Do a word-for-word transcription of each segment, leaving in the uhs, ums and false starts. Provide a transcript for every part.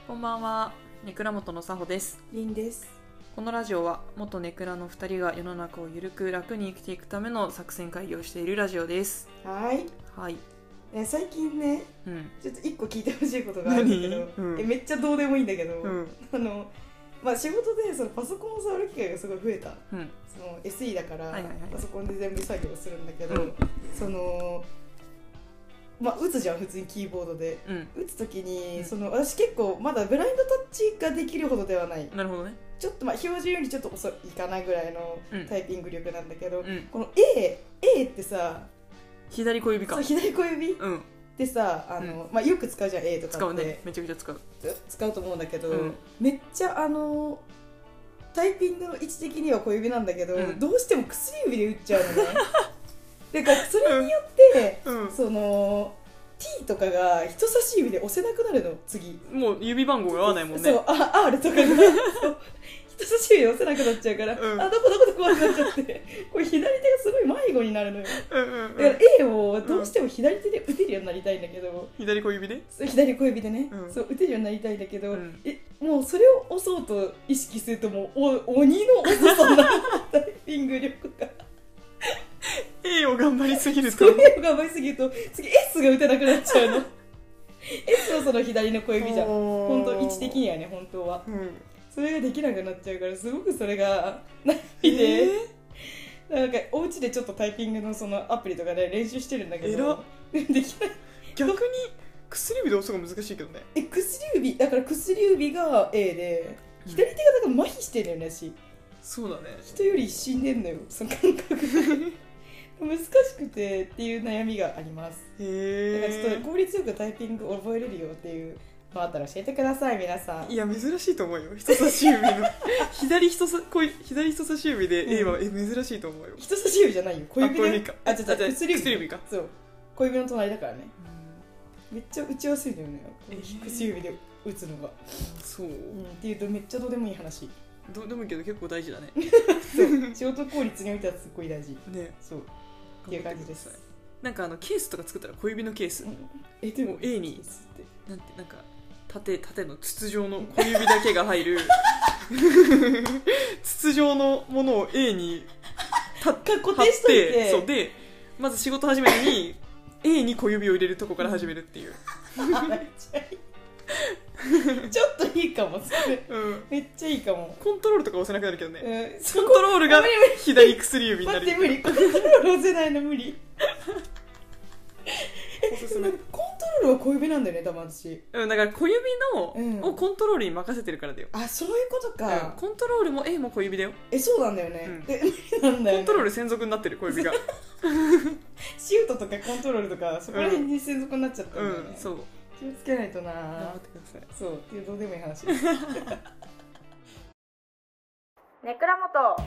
こんばんは、ネクラ元のさほです。 りんです。 このラジオは元ネクラのふたりが世の中をゆるく楽に生きていくための作戦会議をしているラジオです。 はい。 はい。 え最近ね、 うん、 ちょっと一個聞いてほしいことがあるんだけど、うん、えめっちゃどうでもいいんだけど、うん、あのまあ仕事でそのパソコンを触る機会がすごい増えた。うん、その エスイー だから、はいはいはい、パソコンで全部作業するんだけど、うん、そのまあ、打つじゃん普通にキーボードで、うん、打つときに、うん、その私結構まだブラインドタッチができるほどではない。 なるほどね。 ちょっとまあ標準よりちょっと遅いかなぐらいのタイピング力なんだけど、うん、この A, A ってさ左小指か。 そう左小指、 うん、 でさあの、うんまあ、よく使うじゃん A とかって。 使うね、めちゃくちゃ使う使うと思うんだけど、うん、めっちゃあのタイピングの位置的には小指なんだけど、うん、どうしても薬指で打っちゃうのねでかそれによって、うん、そのT とかが人差し指で押せなくなるの。次もう指番号が合わないもんね。 そうあ R とかが人差し指で押せなくなっちゃうから、うん、あどこどこどこってなっちゃってこれ左手がすごい迷子になるのよ。うんうんうん、だから A をどうしても左手で打てるようになりたいんだけど、うん、 左小指で左小指でね、うん、そう打てるようになりたいんだけど、うん、えもうそれを押そうと意識するともうお鬼の遅さなタイピング力が A を頑張りすぎると A を頑張りすぎると次 S が打てなくなっちゃうのS はその左の小指じゃん本当位置的にはね本当は、うん、それができなくなっちゃうからすごくそれが悩みで、えー、なんかお家でちょっとタイピングのそのアプリとかで練習してるんだけどできない。 逆に薬指で押すのが難しいけどね。 え薬指だから薬指が A で左手がだから麻痺してるよねし、 そうだね人より死んでんのよその感覚難しくてっていう悩みがあります。へだからちょっと効率よくタイピング覚えれるよっていうのあったら教えてください皆さん。 いや珍しいと思うよ人差し指の左人さこい左人差し指で A は、うん、え珍しいと思うよ。 人差し指じゃないよ小指で。あ小指か。あちょっと薬指薬指か。 そう小指の隣だからね、うん、めっちゃ打ちやすいんだよね薬指で打つのが。そう、うん、っていうとめっちゃどうでもいい話。 どうでもいいけど結構大事だねそう仕事効率においてはすっごい大事ね。そうっていう感じです。 なんかあのケースとか作ったら小指のケース、うん、えでも A になんてなんか縦縦の筒状の小指だけが入る筒状のものを A にた固定しといて、 そうでまず仕事始めに A に小指を入れるとこから始めるっていうめっちゃいいちょっといいかもそれ、うん、めっちゃいいかも。 コントロールとか押せなくなるけどね、うん、コントロールが左薬指になる。 待って無理コントロール押せないの無理えおすすめ。コントロールは小指なんだよね多分私、 うん、だから小指の、うん、をコントロールに任せてるからだよ。 あそういうことか、 うん、コントロールも A も小指だよ。 えそうなんだよね、うん、え無理なんだよね。 コントロール専属になってる小指がシュートとかコントロールとかそこら辺に専属になっちゃったんだよね、うん、 そう気をつけないとな。 頑張ってください。 そうっていうどうでもいい話ですネクラ元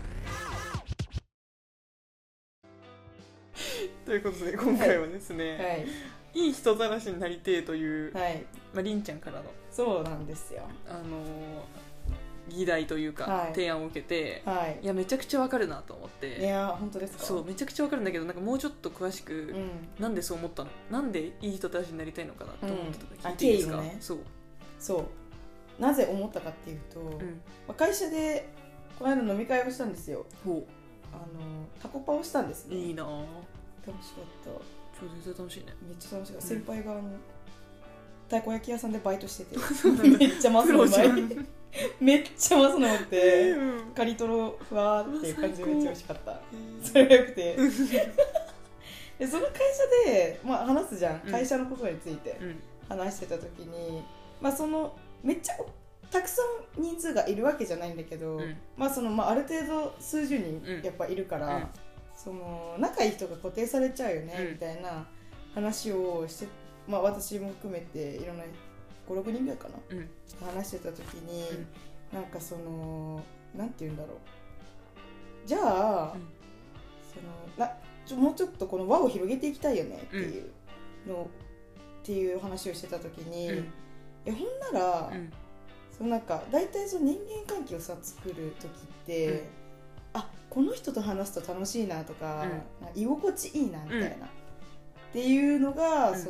ということで今回はですね、はいはい、いい人たらしになりてえという、はいまあ、りんちゃんからのそうなんですよあのー議題というか、はい、提案を受けて、はい、いやめちゃくちゃわかるなと思って。 いや本当ですか。 そうめちゃくちゃわかるんだけどなんかもうちょっと詳しく、うん、なんでそう思ったのなんでいい人たちになりたいのかなと思ってたの、うん、聞いていいですか。ね、そうそうなぜ思ったかっていうと、うんまあ、会社でこの間飲み会をしたんですよ。ほうあのタコパをしたんですね。 いいな楽しかった。 超全然楽しいね。 めっちゃ楽しかった、うん、先輩があのたこ焼き屋さんでバイトしててめっちゃますのうまいめっちゃますのうまくて、うん、カリトロふわーっていう感じでめっちゃ美味しかった。それがよくてでその会社で、まあ、話すじゃん、うん、会社のことについて話してた時に、まあ、そのめっちゃたくさん人数がいるわけじゃないんだけど、うんまあそのまあ、ある程度数十人やっぱいるから、うん、その仲いい人が固定されちゃうよね、うん、みたいな話をしてまあ、私も含めていろんなご、ろくにんぐらいかな、うん、話してた時に、うん、なんかそのなんて言うんだろうじゃあ、うん、そのなちょもうちょっとこの輪を広げていきたいよねっていうの、うん、っていう話をしてた時に、うん、えほんなら、うん、そのなんか大体その人間関係をさ作る時って、うん、あこの人と話すと楽しいなとか、うん、居心地いいなみたいな、うん、っていうのが、うん、その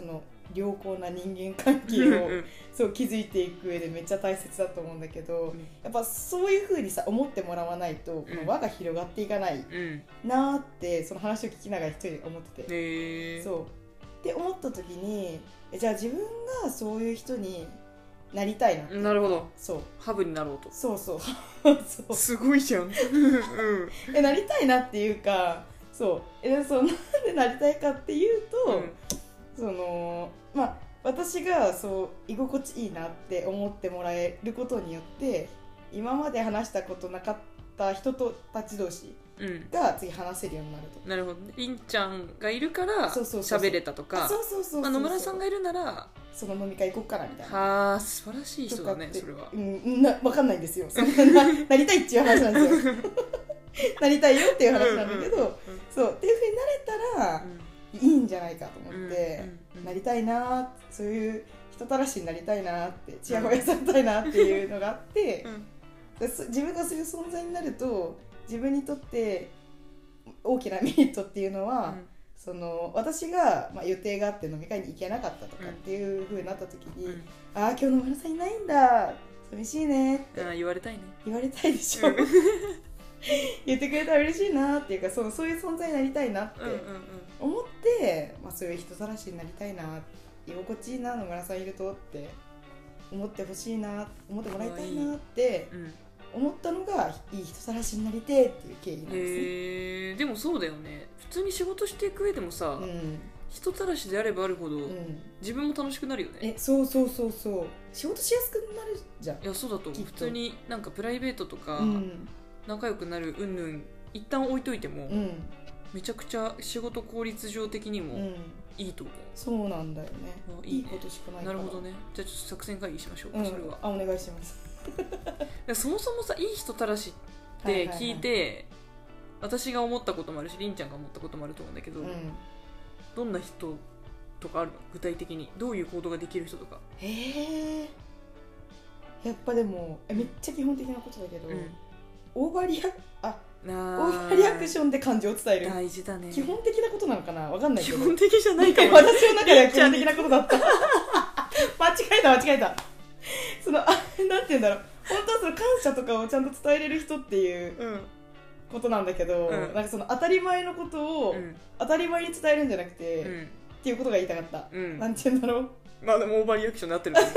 良好な人間関係をうんうんそう築いていく上でめっちゃ大切だと思うんだけど、やっぱそういう風にさ思ってもらわないとこの輪が広がっていかないうんなーってその話を聞きながら一人で思ってて、 へえそうって思った時にえじゃあ自分がそういう人になりたいなって、 なるほど、 そうハブになろうと。 そうそうそうすごいじゃんうんえなりたいなっていうか、そうえそうなんでなりたいかっていうと、 うんそのまあ私がそう居心地いいなって思ってもらえることによって今まで話したことなかった人とたち同士うんが次話せるようになると。 なるほどね。りんちゃんがいるからそうそうそうそう喋れたとか、 そうそうそうそう、 まあ野村さんがいるなら、 その飲み会行こっかなみたいなはあ素晴らしい人だねとかってそれは。 うんな分かんないんですよそんなななりたいっていう話なんですよなりたいよっていう話なんだけど、 うんうんうんそうっていう風になれたらいいんじゃないかと思って、 うんうんうんなりたいな、そういう人たらしになりたいなってちやほやされたいなっていうのがあって、 うんでそ自分がそういう存在になると自分にとって大きなメリットっていうのは、 うんその私が、まあ、予定があって飲み会に行けなかったとかっていう風になった時に、 うんああ今日野村さんいないんだ寂しいねってあー言われたいね。 言われたいでしょ言ってくれたら嬉しいなっていうか、そのそういう存在になりたいなってうんうんうん思って、まあ、そういう人たらしになりたいな、居心地いいな野村さんいるとって思ってほしいな、思ってもらいたいなってうん思ったのがいい人たらしになりてえっていう経緯なんですね。 へえでもそうだよね。普通に仕事していく上でもさ、 うん人たらしであればあるほど、 うん、 自分も楽しくなるよね。 えそうそうそうそう仕事しやすくなるじゃん。 いやそうだと思う。 きっと普通になんかプライベートとか、 うん仲良くなる云々一旦置いといても、 うんめちゃくちゃ仕事効率上的にもうん、 いいと思う。 そうなんだよね。 あいいねいいことしかないから。 なるほどね。じゃあちょっと作戦会議しましょう、 うん、 それは。 あお願いします。 でそもそもさいい人たらしって聞いて、私が思ったこともあるしりんちゃんが思ったこともあると思うんだけど、 うん、 どんな人とかあるの？具体的にどういう行動ができる人とか。 へえやっぱでもえめっちゃ基本的なことだけど、 うんオーバーリアあオなーバーリアクションで感情を伝える大事だね。 基本的なことなのかなわかんないけど基本的じゃないかも。 私の中では基本的なことだった間違えた間違えたそのあなんて言うんだろう本当はその感謝とかをちゃんと伝えれる人っていううんことなんだけど、 うんなんかその当たり前のことをうん当たり前に伝えるんじゃなくて、っうんていうことが言いたかった、 うんなんて言うんだろうまあでもオーバーリアクションになってると思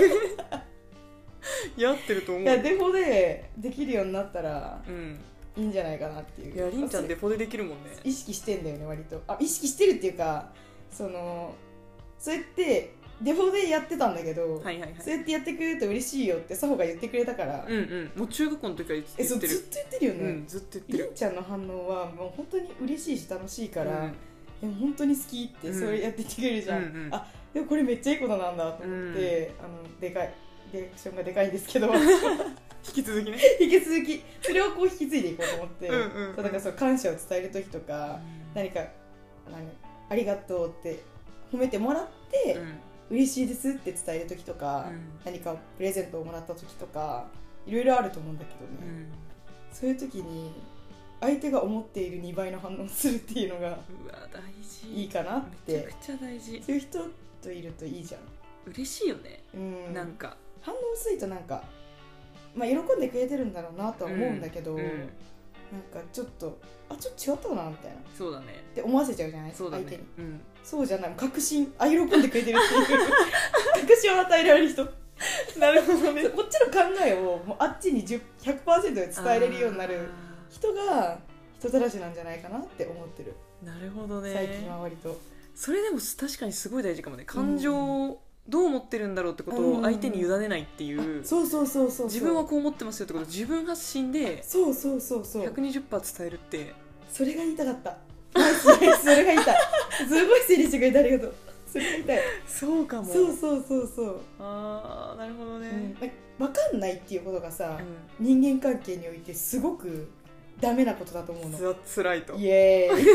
うやってると思う。 いやデフォでできるようになったらうんいいんじゃないかなっていう。 いやりんちゃんデフォでできるもんね。 意識してんだよね割と。あ意識してるっていうかそのそうやってデフォでやってたんだけど、 はいはいはい。 そうやってやってくれると嬉しいよってサホが言ってくれたから、 うんうんもう中学校の時から言ってえそうる。 ずっと言ってるよね、 うんずっと言ってる。 りんちゃんの反応はもう本当に嬉しいし楽しいから、 うんでも本当に好きってうんそれやって言ってくれるじゃん、 うんうんあでもこれめっちゃいいことなんだと思って、あのでかいディレクションがでかいんですけど引き続きね。 引き続きそれをこう引き継いでいこうと思って、 うんうんうんそうだからそう感謝を伝える時とか、何か何ありがとうって褒めてもらって、 うん嬉しいですって伝える時とか、 うん何かプレゼントをもらった時とかいろいろあると思うんだけどね、 うんそういう時に相手が思っているにばいの反応をするっていうのがうわ大事。 いいかなっめちゃて、 くちゃ大事。 そういう人といるといいじゃん、 嬉しいよね。 うん、 なんか反応薄いとなんか、まあ、喜んでくれてるんだろうなとは思うんだけど、 うんうんなんかちょっとあちょっと違ったかなみたいなっそうだね。 て思わせちゃうじゃない、 そうだね相手に。 うんそうじゃない確信あ喜んでくれてるっていう確信を与えられる人なるほどね。 こっちの考えをもうあっちにひゃくパーセントで伝えれるようになる人が人たらしなんじゃないかなって思ってる、 あーなるほどね。 最近は割と。 それでも確かにすごい大事かもね。感情をどう思ってるんだろうってことを相手に委ねないっていう、 そうそうそうそうそう、 自分はこう思ってますよってことを自分発信でそうそうそうそうひゃくにじゅっパーセント伝えるって。 それが言いたかったナイスナイスそれが言いたいすごい整理してくれてありがとうそれが言いたいそうかも。 そうそうそうそう、 ああなるほどね。 うん、分かんないっていうことがさ、 う人間関係においてすごくダメなことだと思うの。 ん、つつらいと。 イエーイ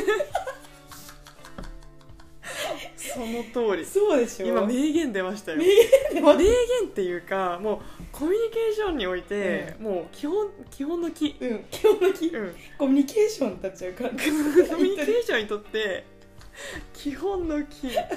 その通り。 そうでしょ。 今名言出ましたよ。 名言出ま名言っていうかもうコミュニケーションにおいて、もう基本基本の木、 うん、基本の基うん、 コミュニケーションになっちゃうからコミュニケーションにとって基本の木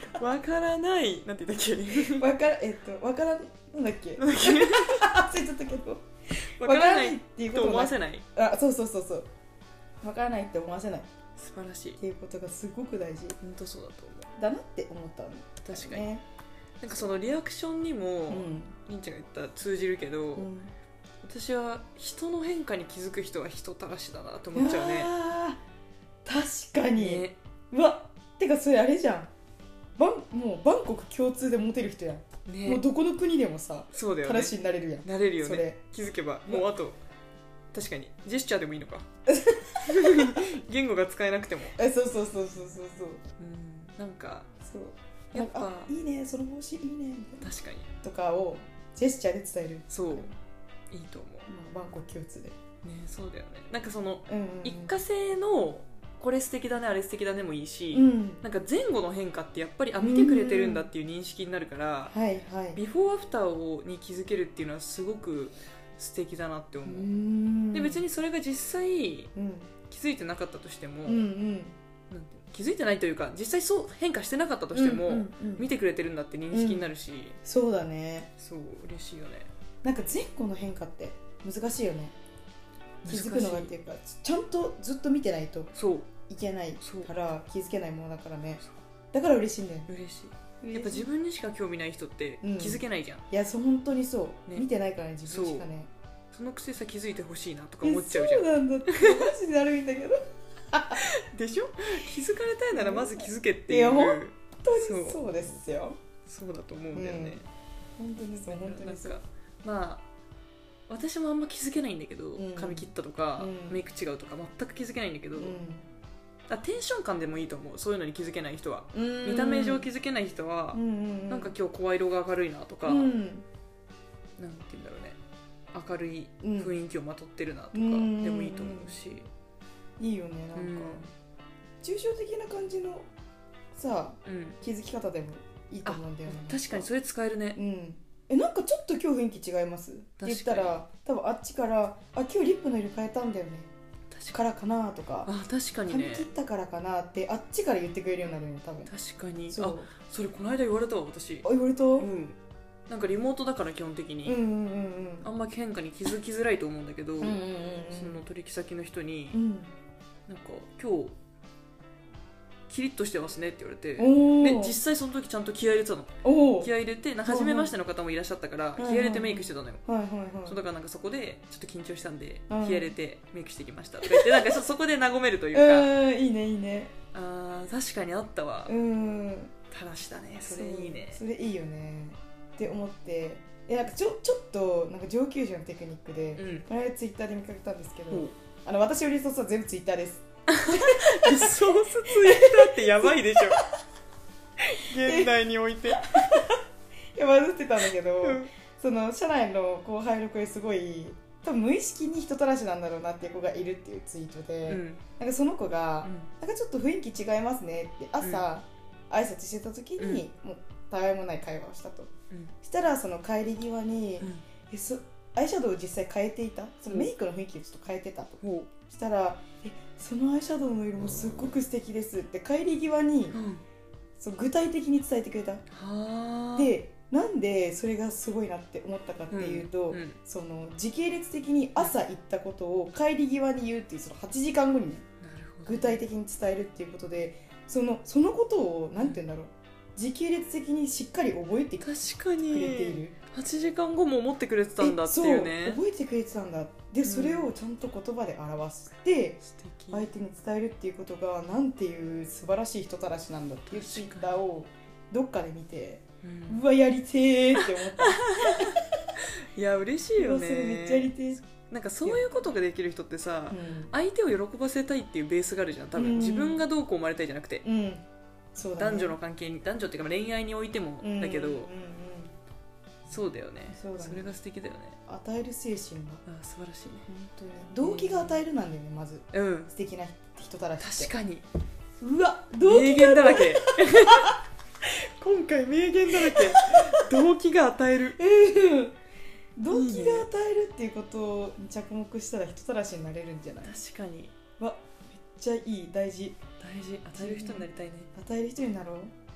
わからないなんて言ったっけわからえっとわからなんだっけなんだっけ忘れちゃったけどわからないっていうとことが思わせないあそうそうそうそうわからないって思わせないっ素晴らしいていうことがすごく大事本当そうだと思うだなって思ったの確かに、 ねなんかそのリアクションにも、 うんりんちゃんが言った通じるけど、 うん、 私は人の変化に気づく人は人たらしだなと思っちゃうねあー確かに、 ねうわてかそれあれじゃんバンもうバンコク共通でモテる人やん、 ねもうどこの国でもさそうだよね正しになれるやんなれるよねそれ気づけばもうあと確かにジェスチャーでもいいのか言語が使えなくてもえそうそうそうそうそうそううんなんかそうやっぱなんかあいいねその帽子いいねみたいな確かにとかをジェスチャーで伝えるそういいと思まあ、バンコク共通で、 うねそうだよねなんかそのうんうんうん、 一過性のこれ素敵だねあれ素敵だねもいいし、 うんなんか前後の変化ってやっぱりあ見てくれてるんだっていう認識になるから、 はいはいビフォーアフターをに気づけるっていうのはすごく素敵だなって思う、 うーんで別にそれが実際うん気づいてなかったとしても、 うんうんなんていうの気づいてないというか実際そう変化してなかったとしても、 うんうんうん見てくれてるんだって認識になるし、 そうだねそう嬉しいよねなんか前後の変化って難しいよね気づくのがっていうかちゃんとずっと見てないとそういけないそうから気づけないものだからねそうだから嬉しいんだよね嬉しいやっぱ自分にしか興味ない人ってうん気づけないじゃん、 いやそう本当にそう、 ね見てないからね自分しかねそのくせさ気づいてほしいなとか思っちゃうじゃんえそうなんだってマジでなるんだけどでしょ気づかれたいならまず気づけっていういや本当にそうそうですよそうだと思うんだよね、 本当にそう本当にそうなんかまあ私もあんま気づけないんだけど、 うん髪切ったとか、 うんメイク違うとか全く気づけないんだけど、 うあテンション感でもいいと思うそういうのに気づけない人は、 ん見た目上気づけない人は、 うんうんうんなんか今日声色が明るいなとか、 うんなんて言うんだろうね明るい雰囲気をまとってるなとかでうんもいいと思うし、 いいよねなんか、抽象的な感じのさうんうん気づき方でもいいと思うんだよね確かにそれ使えるねうんえなんかちょっと今日雰囲気違いますって言ったら多分あっちからあ今日リップの色変えたんだよね確かにからかなとかあ確かにね髪切ったからかなってあっちから言ってくれるようになるよね多分確かにそうあそれこの間言われたわ私あ言われた、う、 うんんなんかリモートだから基本的に、 うんうんうんあんま変化に気づきづらいと思うんだけど、 うんうんうんうんその取引先の人に、 うんなんか今日キリッとしてますねって言われて、 おーで実際その時ちゃんと気合い入れてたのおー気合い入れてなんか初めましての方もいらっしゃったから、 いはい気合い入れてメイクしてたのよ、 はいはいはいそうだからなんかそこでちょっと緊張したんで、 うん気合い入れてメイクしてきましたとか言ってなんかそそこで和めるというか、 うんいいねいいねあー確かにあったわ、 うんたらしだねそれいいねそれいいよねって思ってえなんかちょちょっとなんか上級者のテクニックで、 うんこの間ツイッターで見かけたんですけど、 ほうあの私よりそうそう全部ツイッターですリソースツイッターってやばいでしょ現代において、 いやバズってたんだけど、 うんその社内の後輩の子ですごい多分無意識に人たらしなんだろうなっていう子がいるっていうツイートで、 うんなんかその子が、なんかちょっと雰囲気違いますねって朝、挨拶してた時に、もうたわいもない会話をしたとうんしたらその帰り際に、 うんえそアイシャドウを実際変えていたそのメイクの雰囲気をちょっと変えてたと、 ほしたらえそのアイシャドウの色もすっごく素敵ですって帰り際に、 う、うん、 そう具体的に伝えてくれたはあでなんでそれがすごいなって思ったかっていうと、 うんうんその時系列的に朝言ったことを帰り際に言うっていうそのはちじかんごにねなるほど具体的に伝えるっていうことでそのそのことをなんて言うんだろう時系列的にしっかり覚えてくれ確かにているはちじかんごも思ってくれてたんだっていうねそう覚えてくれてたんだでそれをちゃんと言葉で表して、 素敵相手に伝えるっていうことがなんていう素晴らしい人たらしなんだっていうツイッターをどっかで見てうんうわやりてーって思ったいや嬉しいようわそれめっちゃやりてー、 ねなんかそういうことができる人ってさ、 うん相手を喜ばせたいっていうベースがあるじゃん多分、 うん自分がどうこう思われたいじゃなくて、 うんそうだね、 男女の関係に男女っていうか恋愛においてもだけど、 うんうんうんそうだよねそうだねれが素敵だよね与える精神があ素晴らしいね本当に動機が与えるなんだよねまずうん素敵な人たらしって確かにうわ動名機言だらけ今回名言だらけ動機が与えるうん動機が与えるっていうことに着目したら人たらしになれるんじゃない確かにわめっちゃいい大事大事与える人になりたいね与える人になろう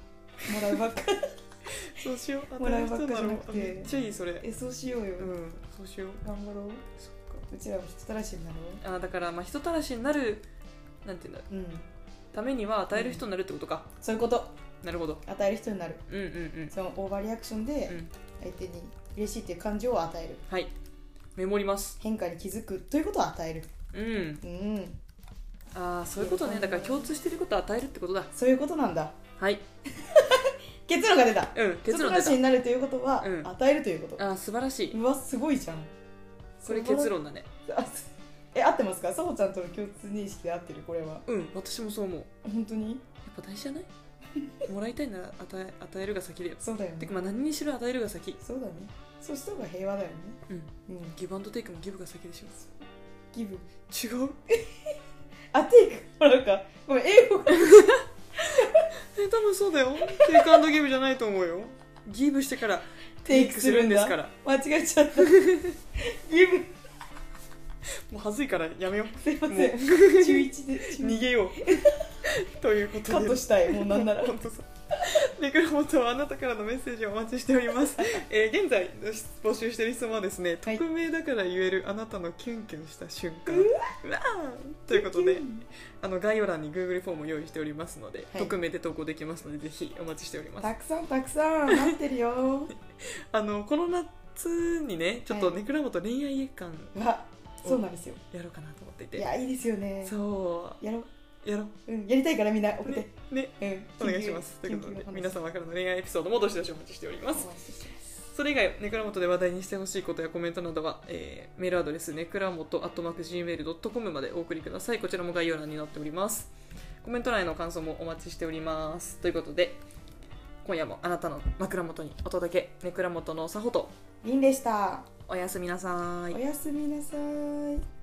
もらうばっかそうしよう。 もらうばっかじゃなくてめっちゃいいそれ。 えそうしようよ、 うん、そうしよう。 頑張ろう。 そっうちらも人たらしになろか。あだからまあ人たらしになるなんていうんだう。うんためには与える人になるってことか。 そういうこと。 なるほど。 与える人になる。 うんうんうん。 そのオーバーリアクションでうん相手に嬉しいっていう感情を与える。 はい。メモります。 変化に気づくということを与える。 うん。 うん。 ああそういうことね。だから共通してることを与えるってことだ。 そういうことなんだ。 はい。 結論が出た。 うん結論人たらし出になるということは、 うん与えるということ。 た。ああ素晴らしい。 うわすごいじゃん。 これ結論だね。 あすえ合ってますか？さほちゃんとの共通認識で合ってるこれは。 うん私もそう思う。や本当に？ っぱ大事じゃない？もらいたいなら与え与えるが先だよ。 そうだよね。 てかまあ何にしろ与えるが先。 そうだね。そうした方が平和だよね。 うん。 うん。 ギブアンドテイクもギブが先でしょ。 ギブ。 違う？ あテイクもらうか。ごめん英語が。 え多分そうだよ。テイクアンドギブじゃないと思うよ。ギブしてからテイクするんですから。 間違えちゃった。ギブ。 もう恥ずいからやめよう。 すいません。 もう中一で中逃げよう。ということで。 カットしたい。もうなんなら。 本当そう。ネクラモトはあなたからのメッセージをお待ちしております。えー、現在募集している質問はですね、 はい匿名だから言えるあなたのキュンキュンした瞬間。うわーということで、あの概要欄に Google フォームを用意しておりますので、 はい匿名で投稿できますので、ぜひお待ちしております。 たくさんたくさん待ってるよ。 あのこの夏にね、ちょっとネクラモト恋愛月間わ、そうなんですよ。 やろうかなと思っていて。 いやいいですよね。 そやろう。 うやろう。 うんやりたいからみんな送って。 ねうんお願いします。ということで、皆さん様からの恋愛エピソードもどしどしお待ちしております。それ以外、ネクラモトで話題にしてほしいことやコメントなどは、えーメールアドレス、ネクラモトアットマーク ジーメールドットコム までお送りください。こちらも概要欄に載っております。コメント欄への感想もお待ちしております。ということで、今夜もあなたの枕元にお届け、ネクラモトのさほと、 りんでした。 おやすみなさーいお。やすみなさい。